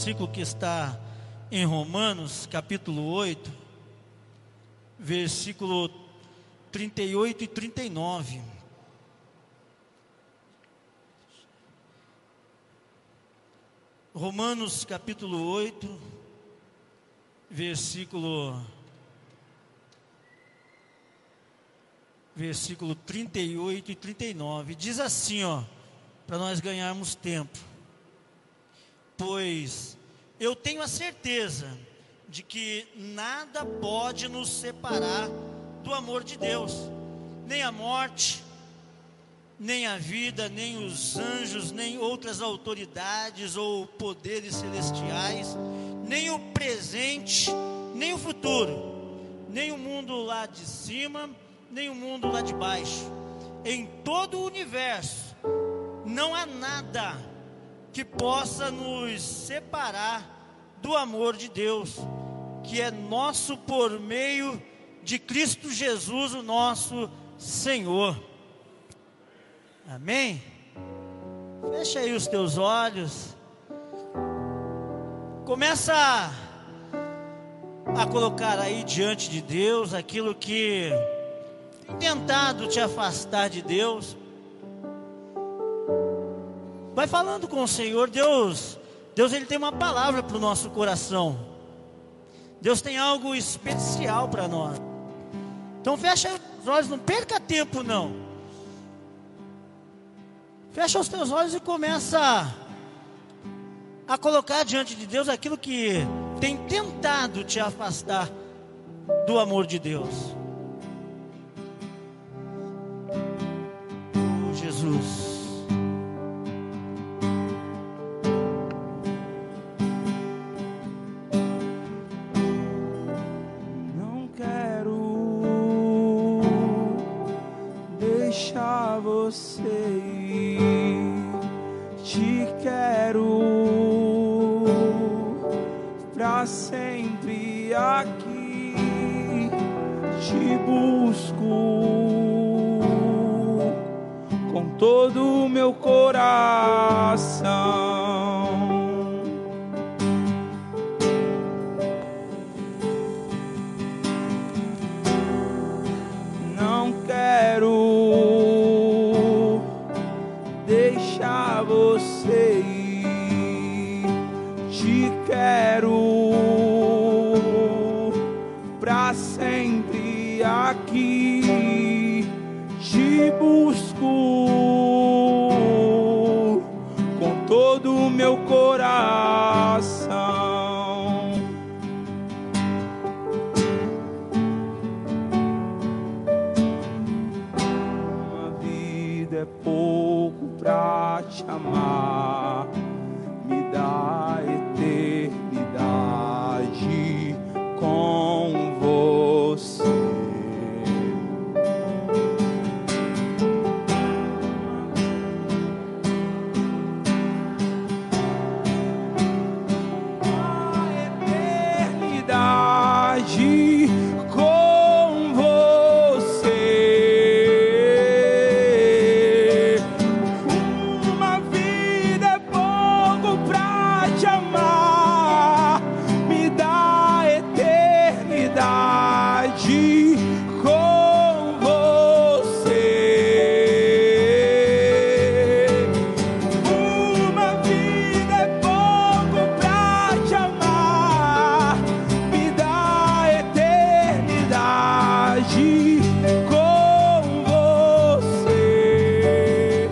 Versículo que está em Romanos, capítulo 8, versículo 38 e 39. Romanos, capítulo 8, versículo 38 e 39. Diz assim, para nós ganharmos tempo: pois eu tenho a certeza de que nada pode nos separar do amor de Deus, nem a morte, nem a vida, nem os anjos, nem outras autoridades ou poderes celestiais, nem o presente, nem o futuro, nem o mundo lá de cima, nem o mundo lá de baixo. Em todo o universo não há nada que possa nos separar do amor de Deus, que é nosso por meio de Cristo Jesus, o nosso Senhor. Amém? Fecha aí os teus olhos. Começa a colocar aí diante de Deus aquilo que tem tentado te afastar de Deus. Vai falando com o Senhor. Deus ele tem uma palavra para o nosso coração. Deus tem algo especial para nós. Então fecha os olhos, não perca tempo não. Fecha os teus olhos e começa a colocar diante de Deus aquilo que tem tentado te afastar do amor de Deus. Oh, Jesus. Você ir, te quero pra sempre aqui, te busco com todo o meu coração. Não quero você ir, te quero pra sempre aqui, te busco com todo o meu coração. Uma vida é pouco pra te amar, me dá eternidade com você. A eternidade com você. Uma vida é pouco pra te amar, me dá eternidade com você. Uma vida é pouco pra te amar, me dá eternidade com você.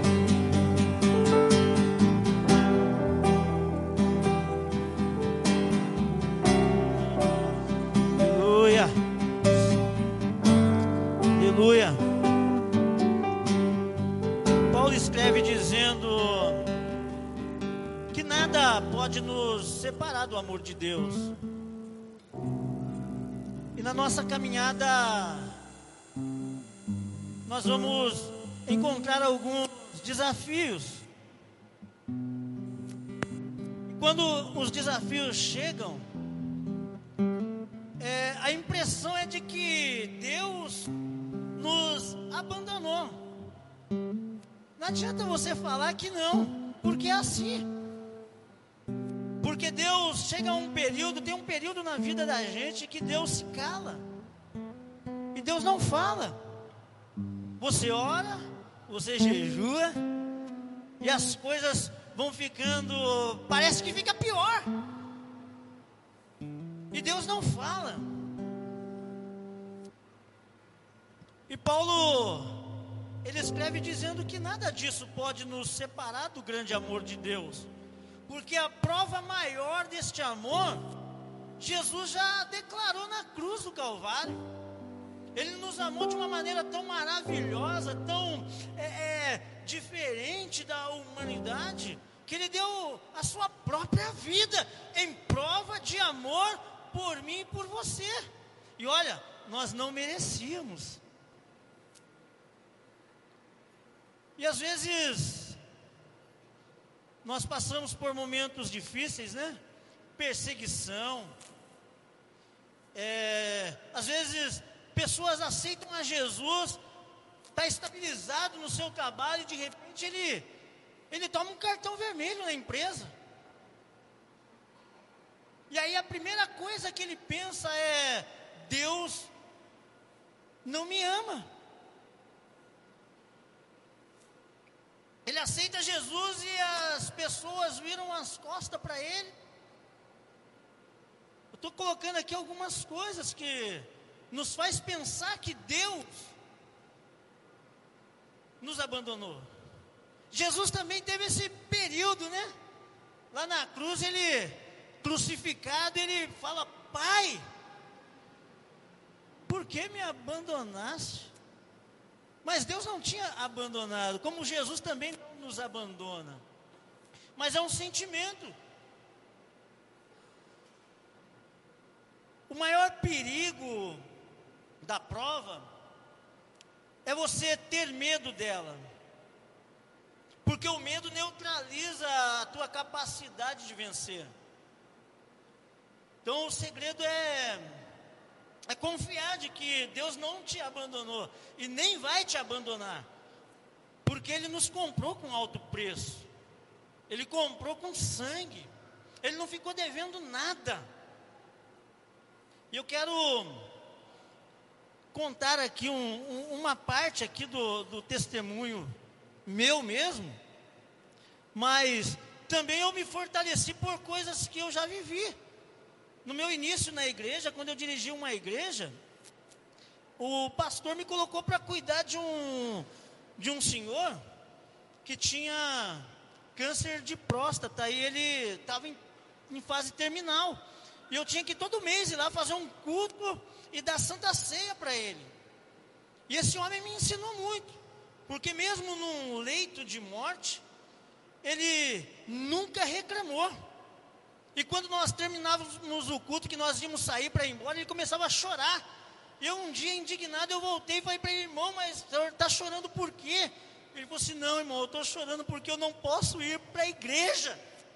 Aleluia. Aleluia. Paulo escreve dizendo que nada pode nos separar do amor de Deus. E na nossa caminhada nós vamos encontrar alguns desafios. E quando os desafios chegam, a impressão é de que Deus nos abandonou. Não adianta você falar que não, porque é assim. Porque Deus chega a um período, tem um período na vida da gente que Deus se cala. E Deus não fala. Você ora, você jejua, e as coisas vão ficando, parece que fica pior. E Deus não fala. E Paulo, ele escreve dizendo que nada disso pode nos separar do grande amor de Deus. Porque a prova maior deste amor, Jesus já declarou na cruz do Calvário. Ele nos amou de uma maneira tão maravilhosa, tão diferente da humanidade, que Ele deu a sua própria vida em prova de amor por mim e por você. E olha, nós não merecíamos. E às vezes nós passamos por momentos difíceis, né? Perseguição. Às vezes pessoas aceitam a Jesus, está estabilizado no seu trabalho, e de repente ele toma um cartão vermelho na empresa. E aí a primeira coisa que ele pensa é: Deus não me ama. Ele aceita Jesus e as pessoas viram as costas para ele. Eu estou colocando aqui algumas coisas que nos faz pensar que Deus nos abandonou. Jesus também teve esse período, né? Lá na cruz, ele crucificado, ele fala: Pai, por que me abandonaste? Mas Deus não tinha abandonado, como Jesus também não nos abandona. Mas é um sentimento. O maior perigo da prova é você ter medo dela. Porque o medo neutraliza a tua capacidade de vencer. Então o segredo é confiar de que Deus não te abandonou e nem vai te abandonar, porque Ele nos comprou com alto preço. Ele comprou com sangue. Ele não ficou devendo nada. E eu quero contar aqui uma parte aqui do testemunho meu mesmo, mas também eu me fortaleci por coisas que eu já vivi. No meu início na igreja, quando eu dirigi uma igreja, o pastor me colocou para cuidar de um senhor que tinha câncer de próstata, e ele estava em fase terminal. E eu tinha que todo mês ir lá fazer um culto e dar santa ceia para ele. E esse homem me ensinou muito, porque mesmo num leito de morte, ele nunca reclamou. E quando nós terminávamos o culto, que nós íamos sair para ir embora, ele começava a chorar. E eu um dia indignado, eu voltei e falei para ele: irmão, mas o senhor está chorando por quê? Ele falou assim: não, irmão, eu estou chorando porque eu não posso ir para a igreja.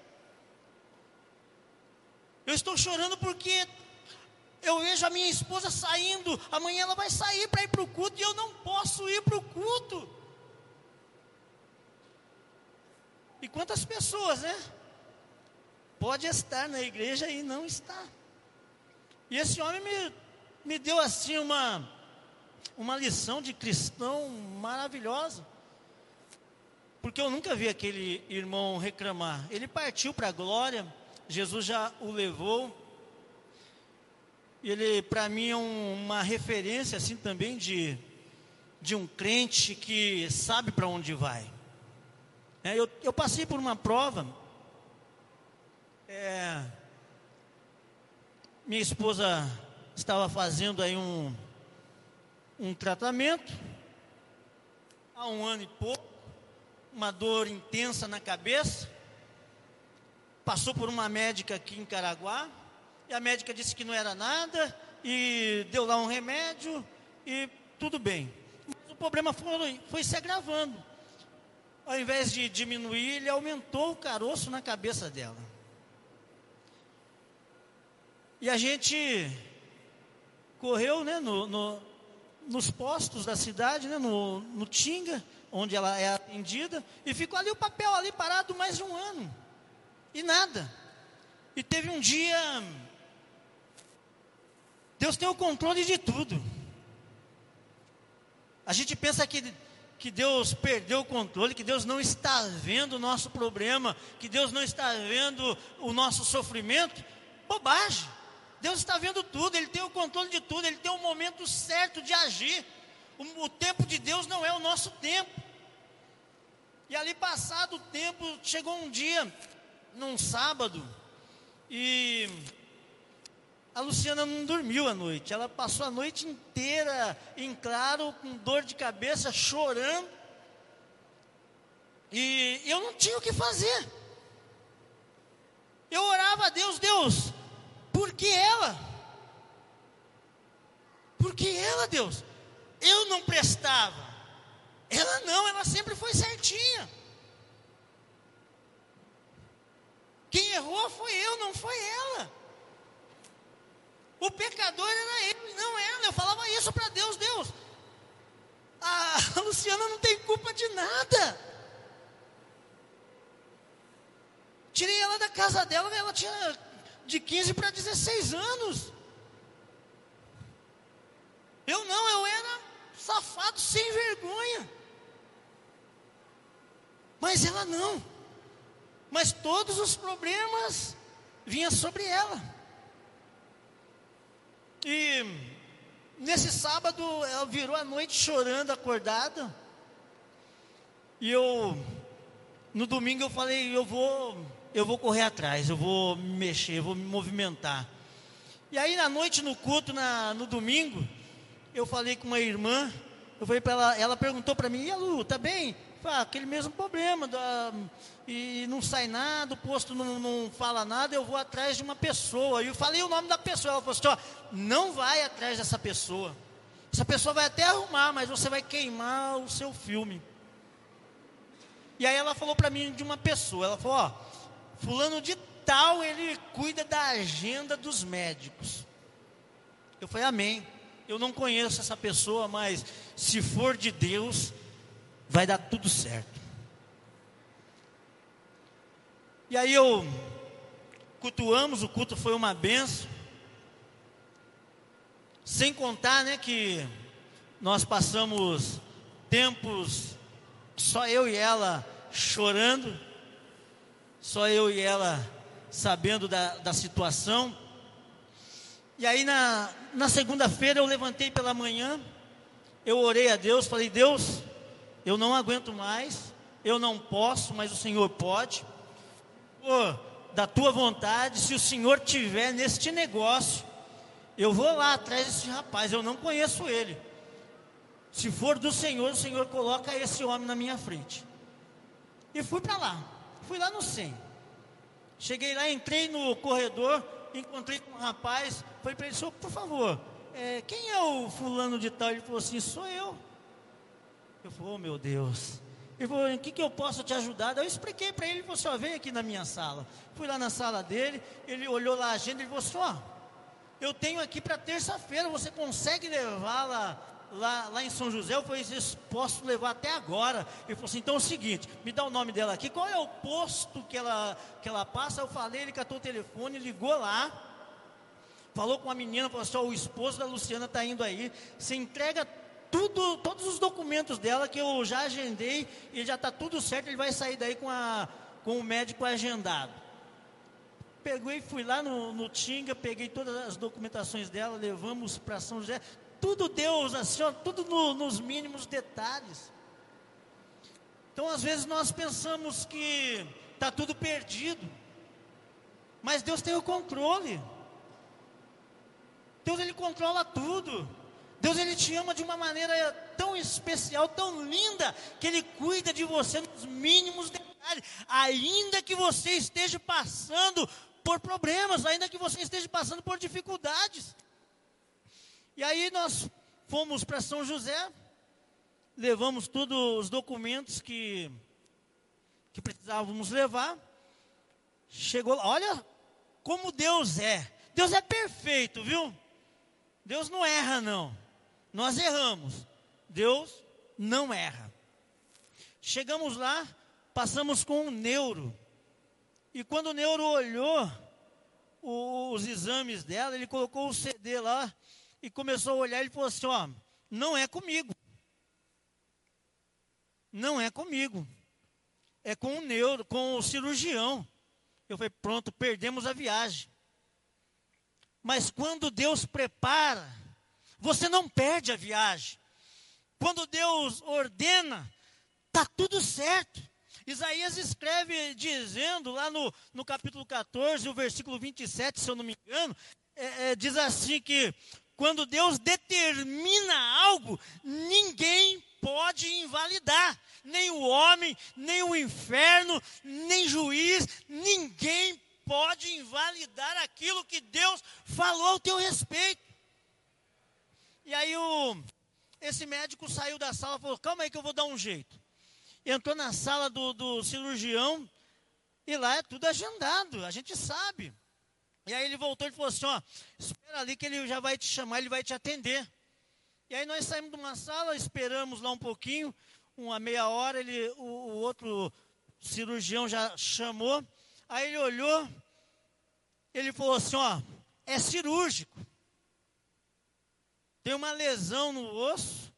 Eu estou chorando porque eu vejo a minha esposa saindo, amanhã ela vai sair para ir para o culto, e eu não posso ir para o culto. E quantas pessoas, né? Pode estar na igreja e não está. E esse homem me deu assim uma lição de cristão maravilhosa, porque eu nunca vi aquele irmão reclamar. Ele partiu para a glória, Jesus já o levou. Ele, para mim, é uma referência assim também de um crente que sabe para onde vai. Eu passei por uma prova. Minha esposa estava fazendo aí um tratamento há 1 ano e pouco, uma dor intensa na cabeça. Passou por uma médica aqui em Caraguá, e a médica disse que não era nada, e deu lá um remédio, e tudo bem. Mas o problema foi se agravando. Ao invés de diminuir, ele aumentou o caroço na cabeça dela. E a gente correu, né, nos postos da cidade, né, no Tinga, onde ela é atendida, e ficou ali o papel ali parado mais de 1 ano. E nada. E teve um dia, Deus tem o controle de tudo. A gente pensa que Deus perdeu o controle, que Deus não está vendo o nosso problema, que Deus não está vendo o nosso sofrimento. Bobagem. Deus está vendo tudo, Ele tem o controle de tudo, Ele tem o momento certo de agir. O tempo de Deus não é o nosso tempo. E ali passado o tempo, chegou um dia, num sábado, e a Luciana não dormiu a noite. Ela passou a noite inteira em claro, com dor de cabeça, chorando. E eu não tinha o que fazer. Eu orava a Deus, Deus, por que ela? Por que ela, Deus? Eu não prestava. Ela não, ela sempre foi certinha. Quem errou foi eu, não foi ela. O pecador era ele, não ela. Eu falava isso para Deus, Deus, a Luciana não tem culpa de nada. Tirei ela da casa dela, ela tinha de 15 para 16 anos. Eu era safado, sem vergonha. Mas ela não. Mas todos os problemas vinham sobre ela. E nesse sábado ela virou a noite chorando, acordada. E no domingo eu falei, eu vou correr atrás, eu vou me mexer, eu vou me movimentar. E aí na noite no culto, no domingo, eu falei com uma irmã, eu falei para ela perguntou para mim, e a Lu, tá bem? Aquele mesmo problema, e não sai nada, o posto não fala nada, eu vou atrás de uma pessoa. E eu falei o nome da pessoa, ela falou assim, não vai atrás dessa pessoa. Essa pessoa vai até arrumar, mas você vai queimar o seu filme. E aí ela falou para mim de uma pessoa, ela falou, fulano de tal, ele cuida da agenda dos médicos. Eu falei, amém. Eu não conheço essa pessoa, mas se for de Deus, vai dar tudo certo. E aí cultuamos, o culto foi uma benção. Sem contar, que nós passamos tempos, só eu e ela chorando, só eu e ela sabendo da situação. E aí na segunda-feira eu levantei pela manhã, eu orei a Deus, falei, Deus, eu não aguento mais, eu não posso, mas o Senhor pode. Da tua vontade, se o Senhor tiver neste negócio, eu vou lá atrás desse rapaz, eu não conheço ele. Se for do Senhor, o Senhor coloca esse homem na minha frente. E fui para lá, fui lá no 100. Cheguei lá, entrei no corredor, encontrei com um rapaz, falei para ele, senhor, por favor, quem é o fulano de tal? Ele falou assim, sou eu. Eu falei, meu Deus. Ele falou, o que eu posso te ajudar? Eu expliquei para ele, ele falou assim, vem aqui na minha sala. Fui lá na sala dele, ele olhou lá a agenda, ele falou assim, eu tenho aqui para terça-feira, você consegue levá-la lá em São José? Eu falei, posso levar até agora. Ele falou assim, então é o seguinte, me dá o nome dela aqui, qual é o posto que ela passa? Eu falei, ele catou o telefone, ligou lá, falou com a menina, falou assim, o esposo da Luciana está indo aí, você entrega todos os documentos dela que eu já agendei, e já está tudo certo, ele vai sair daí com o médico agendado. Peguei, fui lá no Tinga, peguei todas as documentações dela, levamos para São José, tudo Deus, assim, tudo nos mínimos detalhes. Então às vezes nós pensamos que está tudo perdido, mas Deus tem o controle. Deus, Ele controla tudo. Deus, Ele te ama de uma maneira tão especial, tão linda, que Ele cuida de você nos mínimos detalhes, ainda que você esteja passando por problemas, ainda que você esteja passando por dificuldades. E aí nós fomos para São José, levamos todos os documentos que precisávamos levar. Chegou lá, olha como Deus é. Deus é perfeito, viu? Deus não erra, não. Nós erramos. Deus não erra. Chegamos lá, passamos com um neuro. E quando o neuro olhou, os exames dela, ele colocou o CD lá e começou a olhar, ele falou assim, ó, não é comigo. Não é comigo. É com o neuro, com o cirurgião. Eu falei, pronto, perdemos a viagem. Mas quando Deus prepara, você não perde a viagem. Quando Deus ordena, está tudo certo. Isaías escreve dizendo, lá no capítulo 14, o versículo 27, se eu não me engano, diz assim que quando Deus determina algo, ninguém pode invalidar. Nem o homem, nem o inferno, nem juiz, ninguém pode invalidar aquilo que Deus falou ao teu respeito. E aí esse médico saiu da sala e falou, calma aí que eu vou dar um jeito. Entrou na sala do cirurgião e lá é tudo agendado, a gente sabe. E aí ele voltou e falou assim, ó, espera ali que ele já vai te chamar, ele vai te atender. E aí nós saímos de uma sala, esperamos lá um pouquinho, uma meia hora, o outro cirurgião já chamou. Aí ele olhou, ele falou assim, ó, é cirúrgico. Tem uma lesão no osso,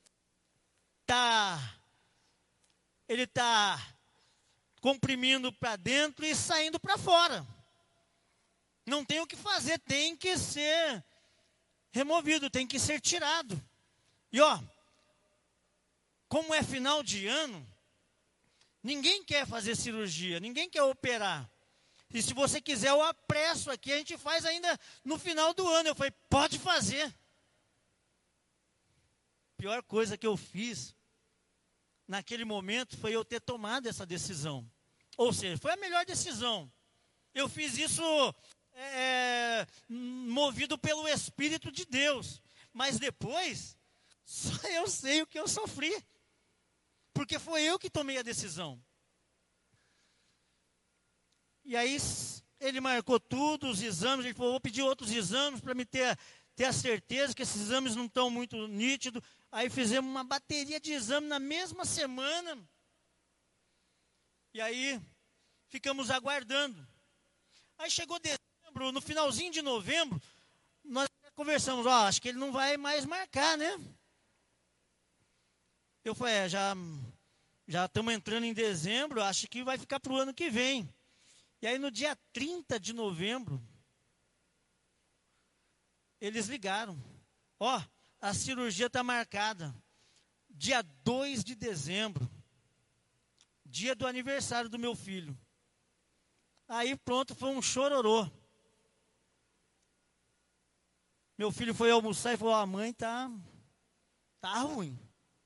ele está comprimindo para dentro e saindo para fora. Não tem o que fazer, tem que ser removido, tem que ser tirado. E ó, como é final de ano, ninguém quer fazer cirurgia, ninguém quer operar. E se você quiser, eu apresso aqui, a gente faz ainda no final do ano. Eu falei, pode fazer. Pior coisa que eu fiz naquele momento foi eu ter tomado essa decisão. Ou seja, foi a melhor decisão. Eu fiz isso movido pelo Espírito de Deus. Mas depois, só eu sei o que eu sofri. Porque foi eu que tomei a decisão. E aí ele marcou tudo, os exames, ele falou, vou pedir outros exames para me ter a certeza que esses exames não estão muito nítidos. Aí fizemos uma bateria de exames na mesma semana. E aí ficamos aguardando. Aí chegou dezembro, no finalzinho de novembro, nós conversamos, ó, acho que ele não vai mais marcar, né? Eu falei, já estamos entrando em dezembro, acho que vai ficar para o ano que vem. E aí no dia 30 de novembro, eles ligaram. Ó, a cirurgia está marcada. Dia 2 de dezembro. Dia do aniversário do meu filho. Aí pronto, foi um chororô. Meu filho foi almoçar e falou, a mãe tá ruim.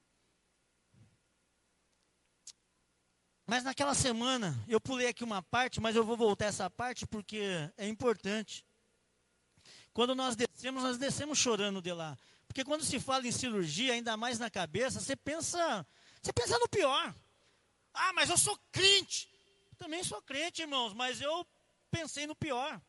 Mas naquela semana, eu pulei aqui uma parte, mas eu vou voltar essa parte porque é importante. Quando nós descemos chorando de lá. Porque quando se fala em cirurgia, ainda mais na cabeça, você pensa no pior. Ah, mas eu sou crente. Também sou crente, irmãos, mas eu pensei no pior.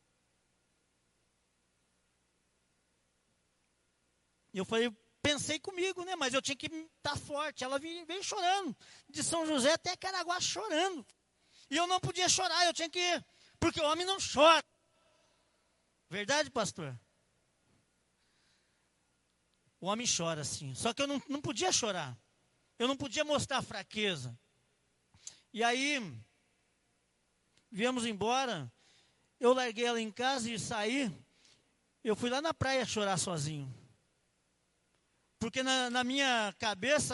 E eu falei, pensei comigo, né? Mas eu tinha que estar forte. Ela veio chorando. De São José até Caraguá chorando. E eu não podia chorar, eu tinha que... Porque o homem não chora. Verdade, pastor? O homem chora, sim. Só que eu não podia chorar. Eu não podia mostrar fraqueza. E aí, viemos embora. Eu larguei ela em casa e saí. Eu fui lá na praia chorar sozinho. Porque na minha cabeça,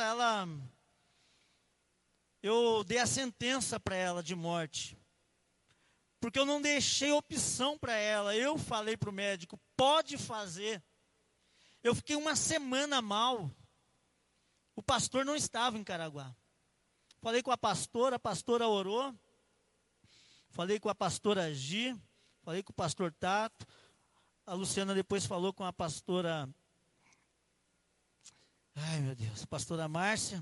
eu dei a sentença para ela de morte. Porque eu não deixei opção para ela. Eu falei para o médico, pode fazer. Eu fiquei uma semana mal. O pastor não estava em Caraguá. Falei com a pastora orou. Falei com a pastora Gi, falei com o pastor Tato. A Luciana depois falou com a pastora... Ai, meu Deus, a pastora Márcia.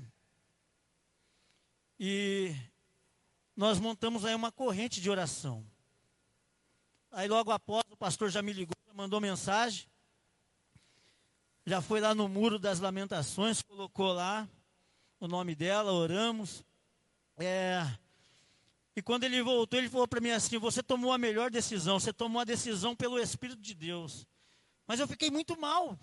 E nós montamos aí uma corrente de oração. Aí logo após o pastor já me ligou, já mandou mensagem. Já foi lá no Muro das Lamentações, colocou lá o nome dela, oramos. E quando ele voltou, ele falou para mim assim: você tomou a melhor decisão, você tomou a decisão pelo Espírito de Deus. Mas eu fiquei muito mal.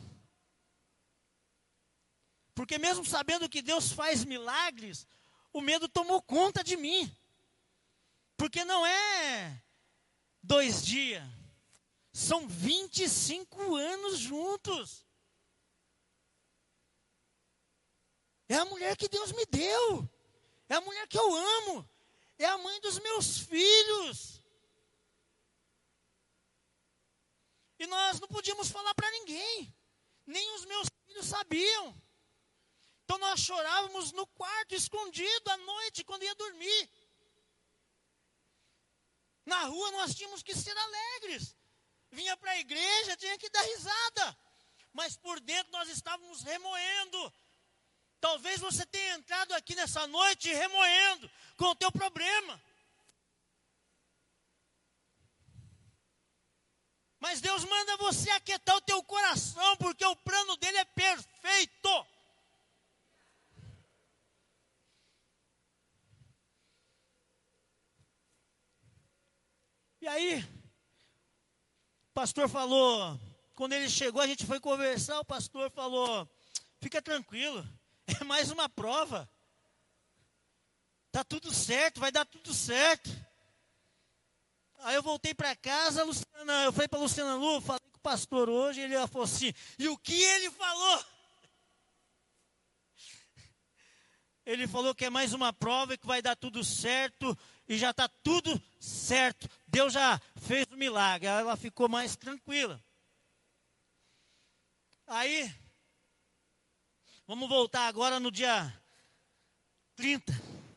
Porque mesmo sabendo que Deus faz milagres, o medo tomou conta de mim. Porque não é 2 dias, são 25 anos juntos. É a mulher que Deus me deu, é a mulher que eu amo, é a mãe dos meus filhos. E nós não podíamos falar para ninguém, nem os meus filhos sabiam. Então nós chorávamos no quarto, escondido, à noite, quando ia dormir. Na rua nós tínhamos que ser alegres. Vinha para a igreja, tinha que dar risada. Mas por dentro nós estávamos remoendo. Talvez você tenha entrado aqui nessa noite remoendo com o teu problema. Mas Deus manda você aquietar o teu coração, porque o plano dele é perfeito. E aí, o pastor falou, quando ele chegou, a gente foi conversar, o pastor falou: fica tranquilo, é mais uma prova. Tá tudo certo, vai dar tudo certo. Aí eu voltei para casa, eu falei para a Luciana Lu, falei com o pastor hoje, ele falou assim: e o que ele falou? Ele falou que é mais uma prova e que vai dar tudo certo, e já está tudo certo. Deus já fez o milagre. Ela ficou mais tranquila. Aí, vamos voltar agora no dia 30.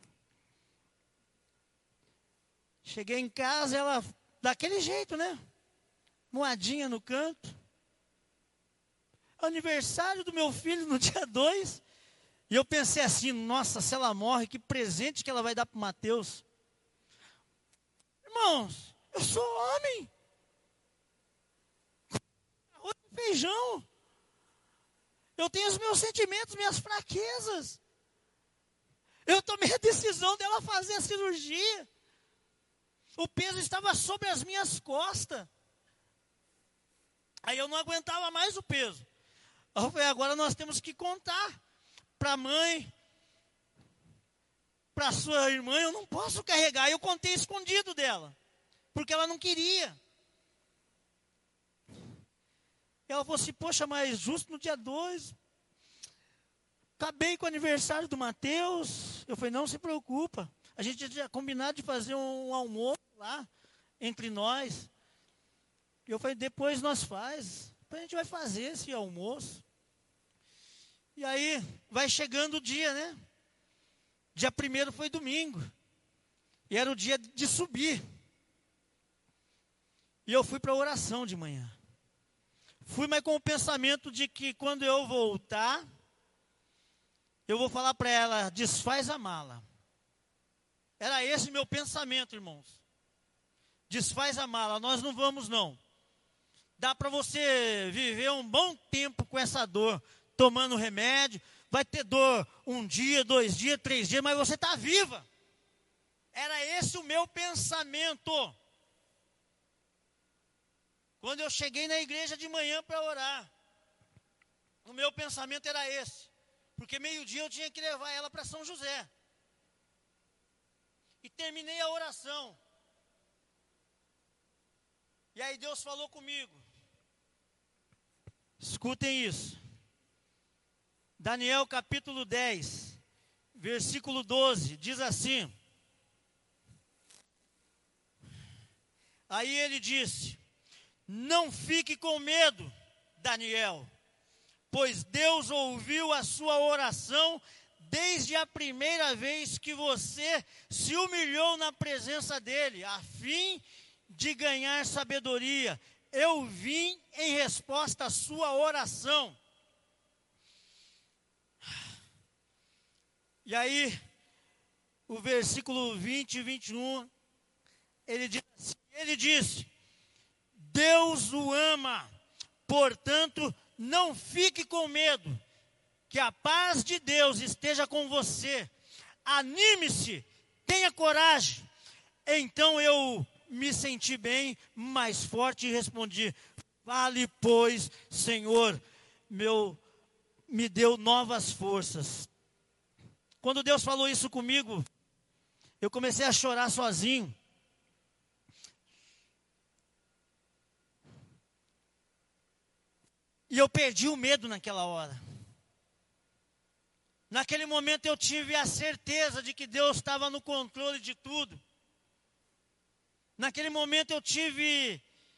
Cheguei em casa, ela daquele jeito, né? Moadinha no canto. Aniversário do meu filho no dia 2. E eu pensei assim: nossa, se ela morre, que presente que ela vai dar para o Mateus. Irmãos, eu sou homem. Arroz e feijão. Eu tenho os meus sentimentos, minhas fraquezas. Eu tomei a decisão dela fazer a cirurgia. O peso estava sobre as minhas costas. Aí eu não aguentava mais o peso. Eu falei: agora nós temos que contar para a mãe, para a sua irmã, eu não posso carregar. Eu contei escondido dela, porque ela não queria. Ela falou assim: poxa, mas justo no dia 2, acabei com o aniversário do Mateus. Eu falei: não se preocupa, a gente tinha combinado de fazer um almoço lá, entre nós. Eu falei: depois nós faz, depois a gente vai fazer esse almoço. E aí, vai chegando o dia, né? Dia 1º foi domingo. E era o dia de subir. E eu fui para a oração de manhã. Fui, mas com o pensamento de que quando eu voltar, eu vou falar para ela: desfaz a mala. Era esse meu pensamento, irmãos. Desfaz a mala, nós não vamos não. Dá para você viver um bom tempo com essa dor, tomando remédio. Vai ter dor 1 dia, 2 dias, 3 dias, mas você está viva. Era esse o meu pensamento. Quando eu cheguei na igreja de manhã para orar, o meu pensamento era esse. Porque 12:00 eu tinha que levar ela para São José. E terminei a oração. E aí Deus falou comigo. Escutem isso. Daniel capítulo 10, versículo 12, diz assim: aí ele disse: não fique com medo, Daniel, pois Deus ouviu a sua oração desde a primeira vez que você se humilhou na presença dele, a fim de ganhar sabedoria. Eu vim em resposta à sua oração. E aí, o versículo 20 e 21, ele disse: Deus o ama, portanto, não fique com medo, que a paz de Deus esteja com você. Anime-se, tenha coragem, Então eu me senti bem, mais forte, e respondi: fale, pois, Senhor, me deu novas forças. Quando Deus falou isso comigo, eu comecei a chorar sozinho. E eu perdi o medo naquela hora. Naquele momento eu tive a certeza de que Deus estava no controle de tudo. Naquele momento eu tive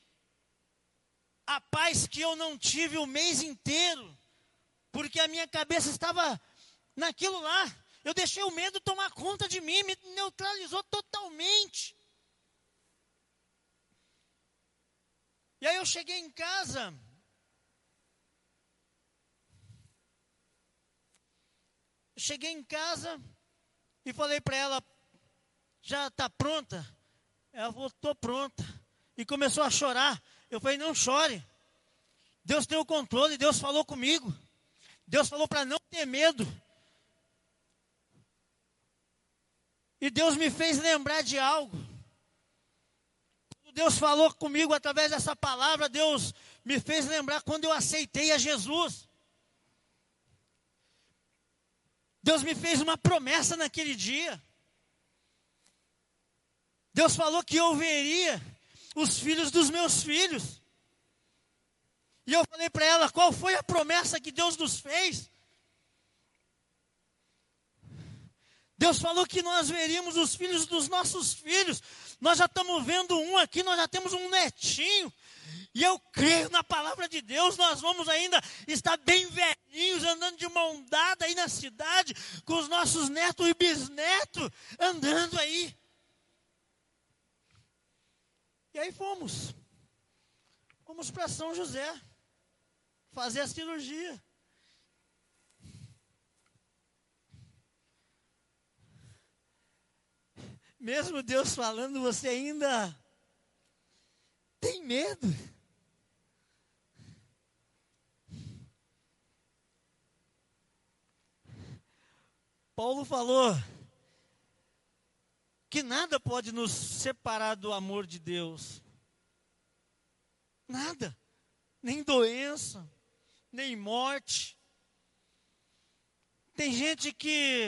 a paz que eu não tive o mês inteiro, porque a minha cabeça estava naquilo lá. Eu deixei o medo tomar conta de mim, me neutralizou totalmente. E aí eu cheguei em casa, e falei para ela: já está pronta? Ela falou: estou pronta. E começou a chorar. Eu falei: não chore. Deus tem o controle, Deus falou comigo. Deus falou para não ter medo. E Deus me fez lembrar de algo. Deus falou comigo através dessa palavra. Deus me fez lembrar quando eu aceitei a Jesus. Deus me fez uma promessa naquele dia. Deus falou que eu veria os filhos dos meus filhos. E eu falei para ela: qual foi a promessa que Deus nos fez? Deus falou que nós veríamos os filhos dos nossos filhos. Nós já estamos vendo um aqui, nós já temos um netinho. E eu creio na palavra de Deus, nós vamos ainda estar bem velhinhos, andando de mão dada aí na cidade, com os nossos netos e bisnetos, andando aí. E aí fomos para São José, fazer a cirurgia. Mesmo Deus falando, você ainda tem medo. Paulo falou que nada pode nos separar do amor de Deus. Nada. Nem doença, nem morte. Tem gente que,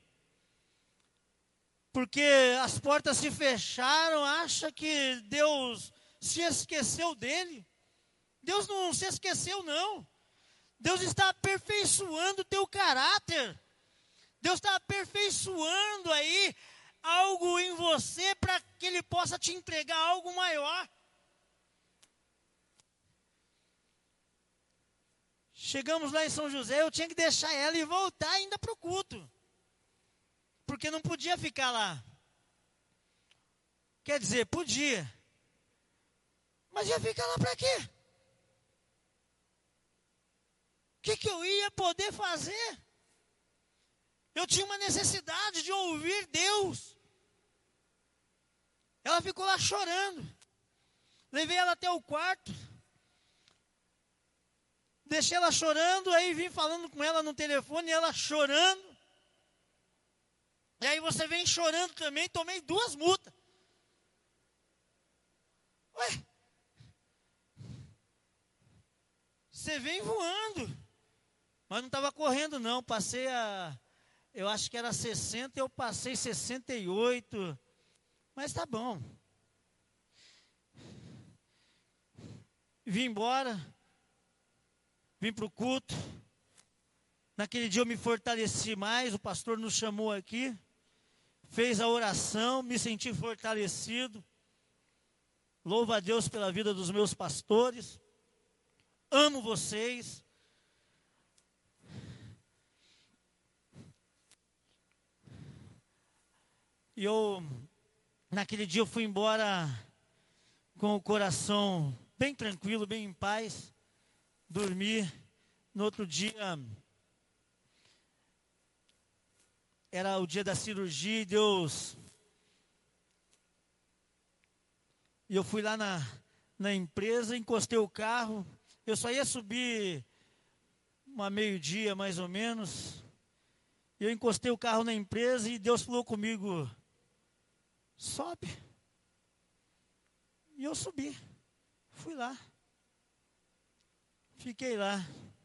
porque as portas se fecharam, acha que Deus se esqueceu dele. Deus não se esqueceu, não. Deus está aperfeiçoando o teu caráter. Deus está aperfeiçoando aí algo em você para que Ele possa te entregar algo maior. Chegamos lá em São José, eu tinha que deixar ela e voltar ainda para o culto. Porque não podia ficar lá. Quer dizer, podia. Mas ia ficar lá para quê? O que eu ia poder fazer? Eu tinha uma necessidade de ouvir Deus. Ela ficou lá chorando. Levei ela até o quarto. Deixei ela chorando, aí vim falando com ela no telefone, e ela chorando. E aí você vem chorando também, tomei 2 multas. Ué? Você vem voando. Mas não estava correndo não, passei eu acho que era 60, eu passei 68. Mas tá bom. Vim embora. Vim para o culto. Naquele dia eu me fortaleci mais. O pastor nos chamou aqui. Fez a oração. Me senti fortalecido. Louvo a Deus pela vida dos meus pastores. Amo vocês. E naquele dia eu fui embora com o coração bem tranquilo, bem em paz. Dormi. No outro dia, era o dia da cirurgia e eu fui lá na empresa, encostei o carro. Eu só ia subir meio-dia mais ou menos. Eu encostei o carro na empresa e Deus falou comigo: sobe. E eu subi. Fui lá. Fiquei lá.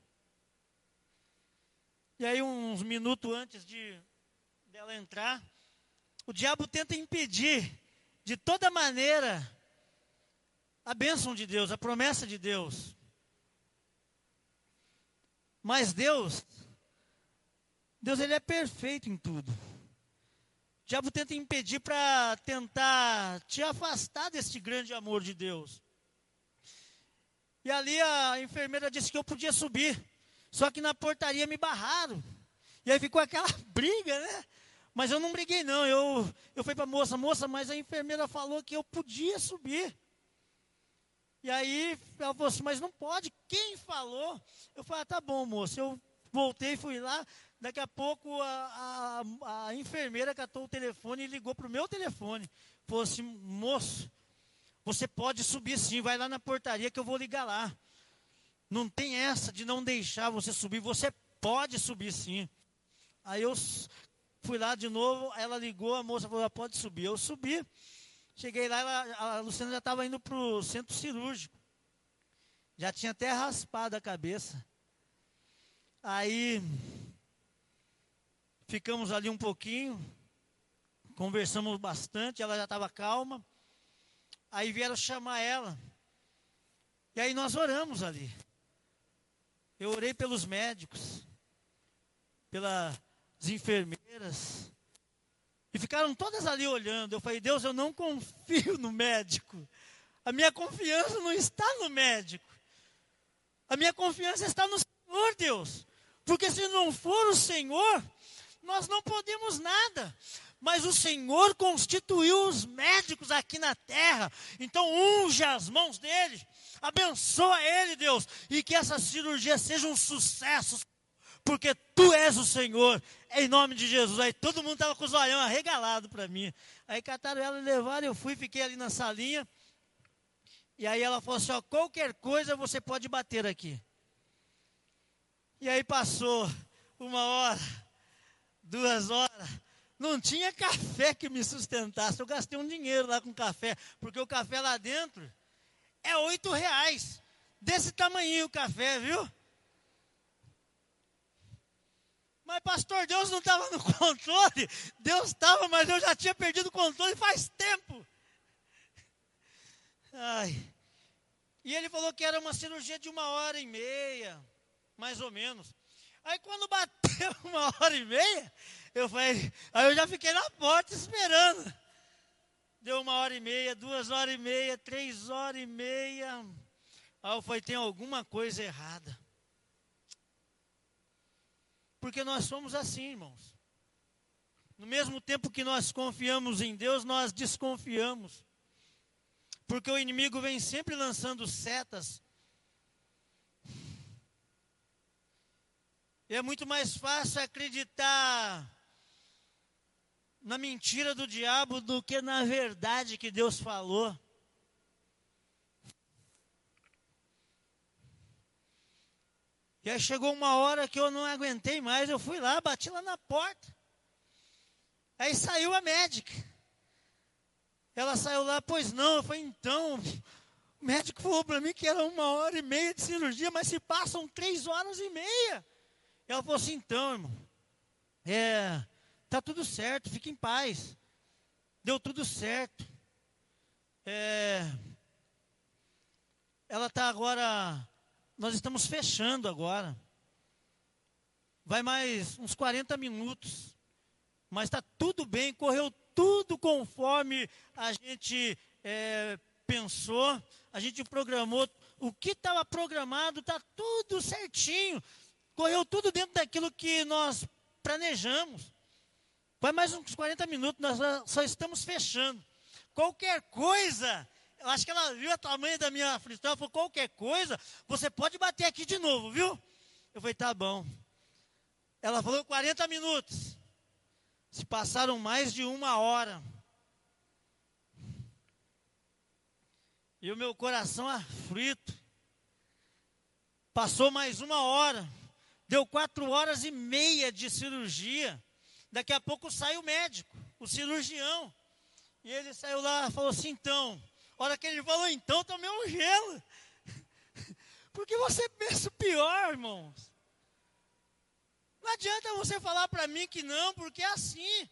E aí, uns minutos antes dela entrar, o diabo tenta impedir, de toda maneira, a bênção de Deus, a promessa de Deus. Mas Deus ele é perfeito em tudo. O diabo tenta impedir para tentar te afastar desse grande amor de Deus. E ali a enfermeira disse que eu podia subir. Só que na portaria me barraram. E aí ficou aquela briga, né? Mas eu não briguei não. Eu fui para a moça, mas a enfermeira falou que eu podia subir. E aí ela falou assim, mas não pode. Quem falou? Eu falei, tá bom, moça. Eu voltei, fui lá. Daqui a pouco a enfermeira catou o telefone e ligou para o meu telefone. Falou assim, moço, você pode subir sim, vai lá na portaria que eu vou ligar lá. Não tem essa de não deixar você subir, você pode subir sim. Aí eu fui lá de novo, ela ligou, a moça falou, pode subir. Eu subi, cheguei lá, a Luciana já estava indo para o centro cirúrgico. Já tinha até raspado a cabeça. Aí, ficamos ali um pouquinho, conversamos bastante, ela já estava calma. Aí vieram chamar ela. E aí nós oramos ali. Eu orei pelos médicos, pelas enfermeiras. E ficaram todas ali olhando. Eu falei, Deus, eu não confio no médico. A minha confiança não está no médico. A minha confiança está no Senhor, Deus. Porque se não for o Senhor, nós não podemos nada. Mas o Senhor constituiu os médicos aqui na terra. Então unge as mãos dele. Abençoa ele, Deus. E que essa cirurgia seja um sucesso. Porque tu és o Senhor. Em nome de Jesus. Aí todo mundo estava com os olhão arregalado para mim. Aí cataram ela e levaram. Eu fui, fiquei ali na salinha. E aí ela falou assim, ó, qualquer coisa você pode bater aqui. E aí passou 1 hora, 2 horas. Não tinha café que me sustentasse. Eu gastei um dinheiro lá com café. Porque o café lá dentro é R$8. Desse tamanhinho o café, viu? Mas pastor, Deus não estava no controle. Deus estava, mas eu já tinha perdido o controle faz tempo. Ai. E ele falou que era uma cirurgia de 1h30, mais ou menos. Aí quando bateu 1h30, eu falei, aí eu já fiquei na porta esperando. Deu 1h30, 2h30, 3h30. Aí eu falei, tem alguma coisa errada. Porque nós somos assim, irmãos. No mesmo tempo que nós confiamos em Deus, nós desconfiamos. Porque o inimigo vem sempre lançando setas. E é muito mais fácil acreditar na mentira do diabo do que na verdade que Deus falou. E aí chegou uma hora que eu não aguentei mais, eu fui lá, bati lá na porta. Aí saiu a médica. Ela saiu lá, pois não, eu falei, então, o médico falou para mim que era 1h30 de cirurgia, mas se passam 3h30. Ela falou assim, então, irmão, tá tudo certo, fique em paz. Deu tudo certo. Ela está agora, nós estamos fechando agora. Vai mais uns 40 minutos. Mas está tudo bem, correu tudo conforme a gente pensou. A gente programou, o que estava programado está tudo certinho. Correu tudo dentro daquilo que nós planejamos. Vai mais uns 40 minutos, nós só estamos fechando. Qualquer coisa, eu acho que ela viu o tamanho da minha aflição, ela falou, qualquer coisa, você pode bater aqui de novo, viu? Eu falei, tá bom. Ela falou 40 minutos. Se passaram mais de 1 hora. E o meu coração aflito. Passou mais 1 hora. Deu 4h30 de cirurgia. Daqui a pouco sai o médico, o cirurgião. E ele saiu lá e falou assim, então. A hora que ele falou, então, tomei um gelo. Porque você pensa o pior, irmãos. Não adianta você falar para mim que não, porque é assim.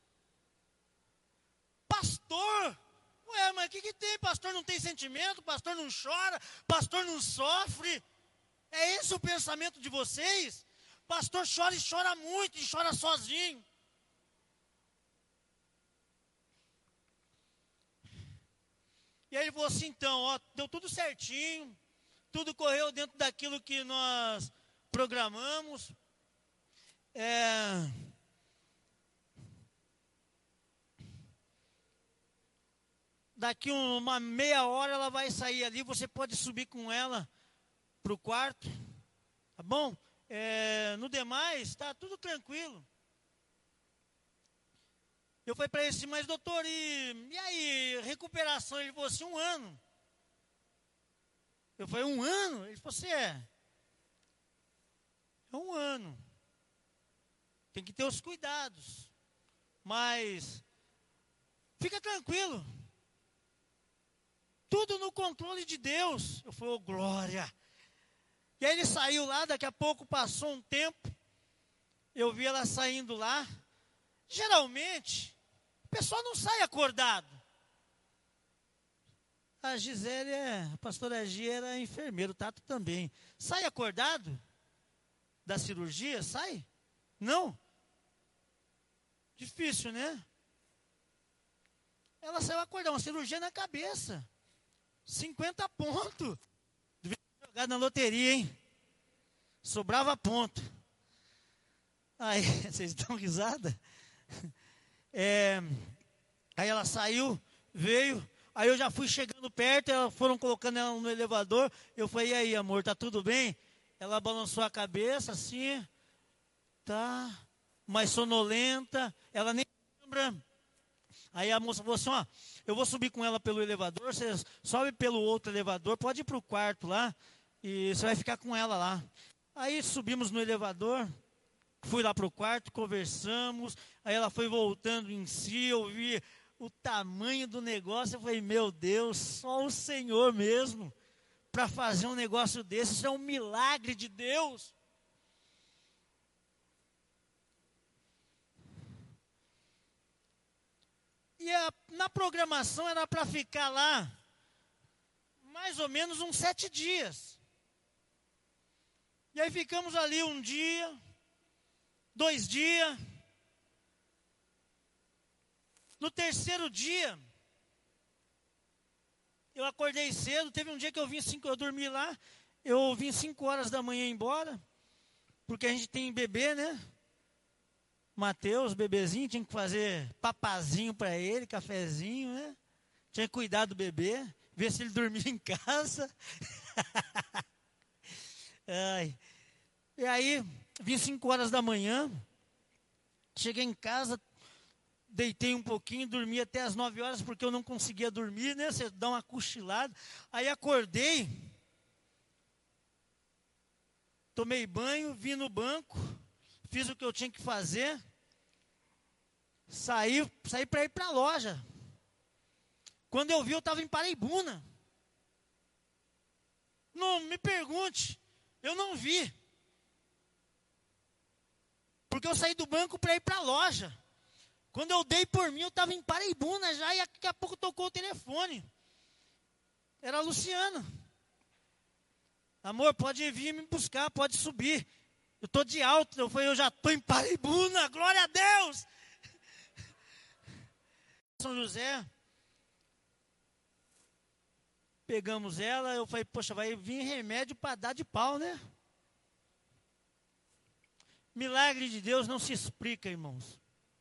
Pastor, ué, mas o que tem? Pastor não tem sentimento, pastor não chora, pastor não sofre. É esse o pensamento de vocês? Pastor chora e chora muito, e chora sozinho. E aí ele falou assim, então, ó, deu tudo certinho, tudo correu dentro daquilo que nós programamos. Daqui uma meia hora ela vai sair ali, você pode subir com ela para o quarto, tá bom? No demais, está tudo tranquilo. Eu falei para ele assim, mas doutor, e aí, recuperação? Ele falou assim, 1 ano. Eu falei, 1 ano? Ele falou assim, é 1 ano. Tem que ter os cuidados. Mas, fica tranquilo. Tudo no controle de Deus. Eu falei, oh, glória. E aí ele saiu lá, daqui a pouco passou um tempo. Eu vi ela saindo lá. Geralmente, o pessoal não sai acordado. A Gisele, a pastora Gia era enfermeira, o Tato também. Sai acordado da cirurgia? Sai? Não? Difícil, né? Ela saiu acordada, uma cirurgia na cabeça. 50 pontos. Devia ter jogado na loteria, hein? Sobrava ponto. Aí, vocês dão risada? Aí ela saiu, veio, aí eu já fui chegando perto, elas foram colocando ela no elevador, eu falei, e aí amor, tá tudo bem? Ela balançou a cabeça assim, tá, mais sonolenta, ela nem lembra. Aí a moça falou assim, ó, eu vou subir com ela pelo elevador, você sobe pelo outro elevador, pode ir pro quarto lá, e você vai ficar com ela lá. Aí subimos no elevador, fui lá para o quarto, conversamos, aí ela foi voltando em si, eu vi o tamanho do negócio, eu falei, meu Deus, só o Senhor mesmo, para fazer um negócio desse, isso é um milagre de Deus. E na programação era para ficar lá, mais ou menos uns 7 dias. E aí ficamos ali 1 dia, 2 dias. No 3º dia, eu acordei cedo. Teve um dia que eu dormi lá. Eu vim 5 horas da manhã embora, porque a gente tem bebê, né? Mateus, bebezinho, tinha que fazer papazinho para ele, cafezinho, né? Tinha que cuidar do bebê, ver se ele dormia em casa. Ai. E aí, vim 5 horas da manhã, cheguei em casa, deitei um pouquinho, dormi até as 9 horas, porque eu não conseguia dormir, né? Você dá uma cochilada. Aí acordei, tomei banho, vim no banco, fiz o que eu tinha que fazer, saí para ir para a loja. Quando eu vi, eu estava em Paraibuna. Não me pergunte, eu não vi. Porque eu saí do banco para ir para a loja. Quando eu dei por mim, eu estava em Paraibuna já, e daqui a pouco tocou o telefone. Era a Luciana. Amor, pode vir me buscar, pode subir. Eu estou de alto. Eu falei, eu já estou em Paraibuna, glória a Deus. São José. Pegamos ela, eu falei, poxa, vai vir remédio para dar de pau, né? Milagre de Deus não se explica, irmãos.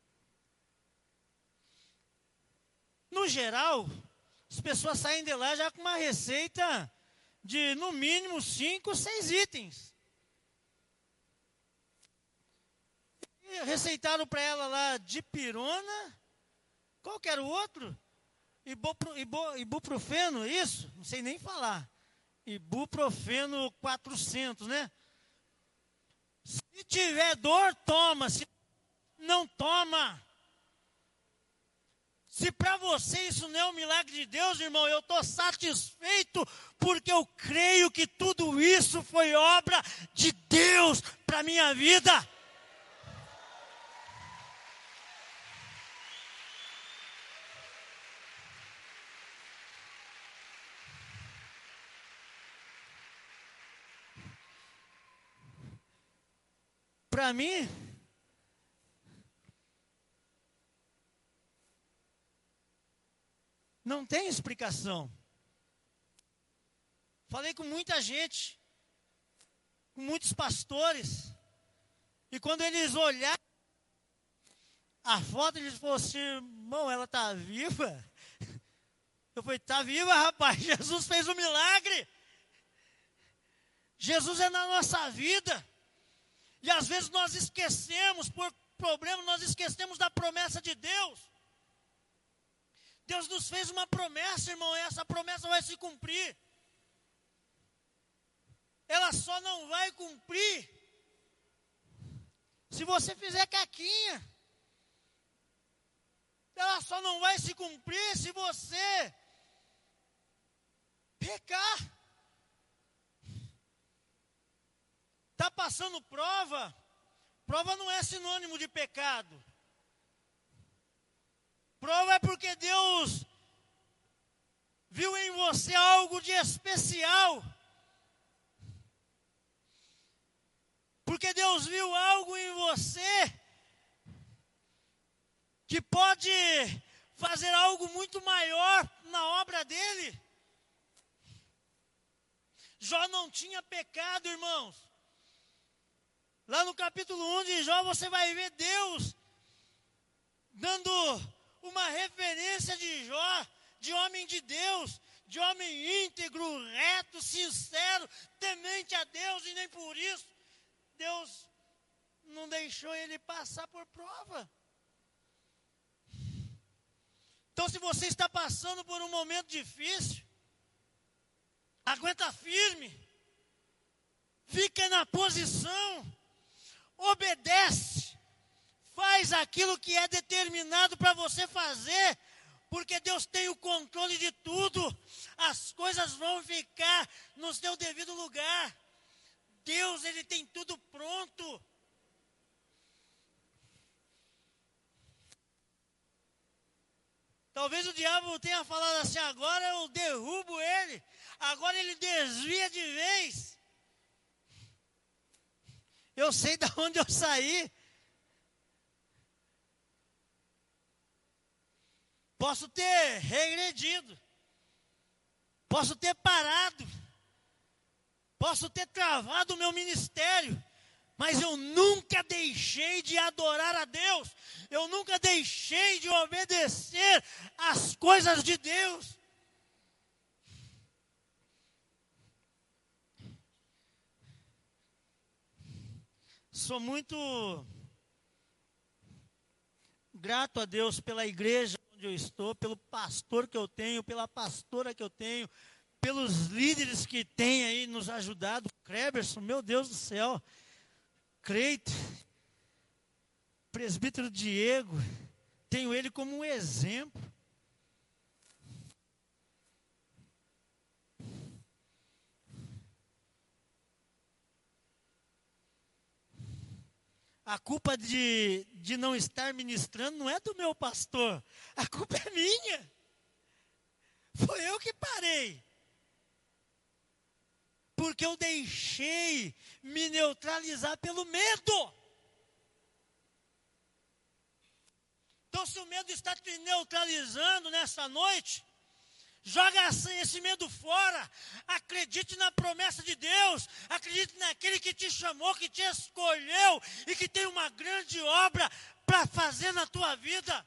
No geral, as pessoas saem de lá já com uma receita de, no mínimo, 5, 6 itens. E receitaram para ela lá dipirona, qual que era o outro? Ibuprofeno, isso? Não sei nem falar. Ibuprofeno 400, né? Se tiver dor, toma. Se não toma. Se para você isso não é um milagre de Deus, irmão, eu estou satisfeito, porque eu creio que tudo isso foi obra de Deus para a minha vida. Para mim, não tem explicação. Falei com muita gente, com muitos pastores, e quando eles olharam a foto, eles falaram assim: irmão, ela está viva? Eu falei: está viva, rapaz, Jesus fez um milagre. Jesus é na nossa vida. E às vezes nós esquecemos, por problema, nós esquecemos da promessa de Deus. Deus nos fez uma promessa, irmão, e essa promessa vai se cumprir. Ela só não vai cumprir se você fizer caquinha. Ela só não vai se cumprir se você pecar. Está passando prova? Prova não é sinônimo de pecado. Prova é porque Deus viu em você algo de especial. Porque Deus viu algo em você que pode fazer algo muito maior na obra dele. Jó não tinha pecado, irmãos. Lá no capítulo 1 de Jó, você vai ver Deus dando uma referência de Jó, de homem de Deus, de homem íntegro, reto, sincero, temente a Deus, e nem por isso Deus não deixou ele passar por prova. Então, se você está passando por um momento difícil, aguenta firme, fica na posição, obedece, faz aquilo que é determinado para você fazer, porque Deus tem o controle de tudo. As coisas vão ficar no seu devido lugar. Deus, Ele tem tudo pronto. Talvez o diabo tenha falado assim: agora eu derrubo ele, agora ele desvia de vez. Eu sei de onde eu saí. Posso ter regredido. Posso ter parado. Posso ter travado o meu ministério. Mas eu nunca deixei de adorar a Deus. Eu nunca deixei de obedecer às coisas de Deus. Sou muito grato a Deus pela igreja onde eu estou, pelo pastor que eu tenho, pela pastora que eu tenho, pelos líderes que têm aí nos ajudado. Kleberson, meu Deus do céu, Creito, presbítero Diego, tenho ele como um exemplo. A culpa de não estar ministrando não é do meu pastor. A culpa é minha. Foi eu que parei. Porque eu deixei me neutralizar pelo medo. Então, se o medo está te neutralizando nessa noite, joga esse medo fora. Acredite na promessa de Deus. Acredite naquele que te chamou, que te escolheu e que tem uma grande obra para fazer na tua vida.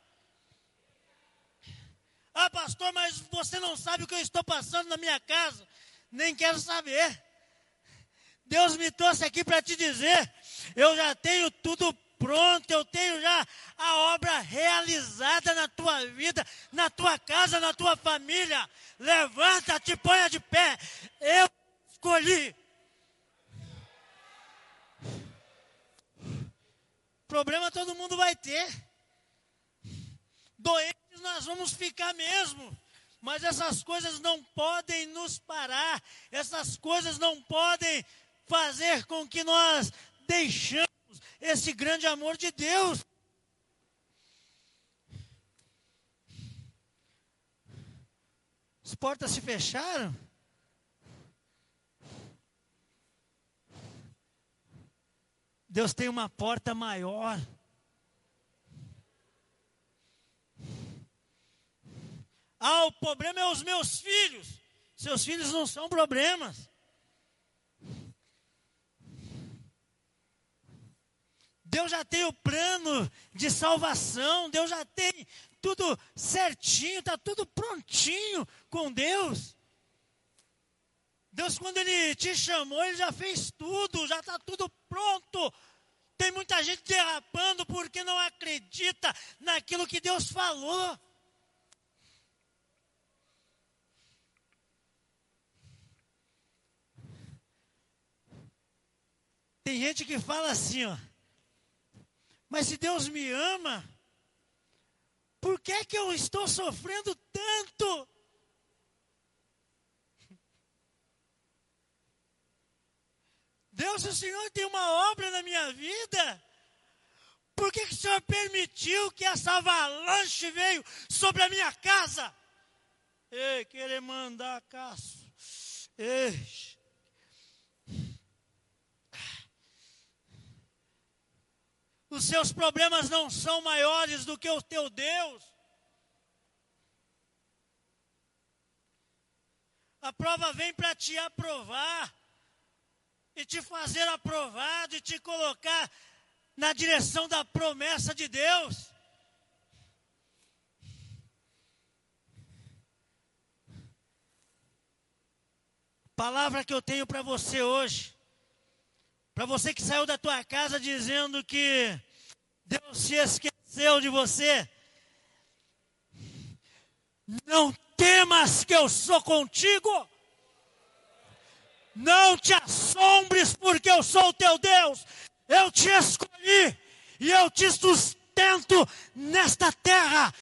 Ah, pastor, mas você não sabe o que eu estou passando na minha casa. Nem quero saber. Deus me trouxe aqui para te dizer: eu já tenho tudo pronto, eu tenho já a obra realizada na tua vida, na tua casa, na tua família. Levanta-te, ponha de pé. Eu escolhi. Problema todo mundo vai ter. Doentes nós vamos ficar mesmo. Mas essas coisas não podem nos parar. Essas coisas não podem fazer com que nós deixemos esse grande amor de Deus. As portas se fecharam. Deus tem uma porta maior. Ah, o problema é os meus filhos. Seus filhos não são problemas. Deus já tem o plano de salvação. Deus já tem tudo certinho, está tudo prontinho com Deus. Deus, quando Ele te chamou, Ele já fez tudo, já está tudo pronto. Tem muita gente derrapando porque não acredita naquilo que Deus falou. Tem gente que fala assim, ó, mas se Deus me ama, por que é que eu estou sofrendo tanto? Deus, o Senhor tem uma obra na minha vida. Por que o Senhor permitiu que essa avalanche veio sobre a minha casa? Ei, querer mandar caço. Ei. Os seus problemas não são maiores do que o teu Deus. A prova vem para te aprovar. E te fazer aprovado e te colocar na direção da promessa de Deus. Palavra que eu tenho para você hoje. Para você que saiu da tua casa dizendo que Deus se esqueceu de você. Não temas que eu sou contigo. Não te assombres, porque eu sou o teu Deus. Eu te escolhi e eu te sustento nesta terra.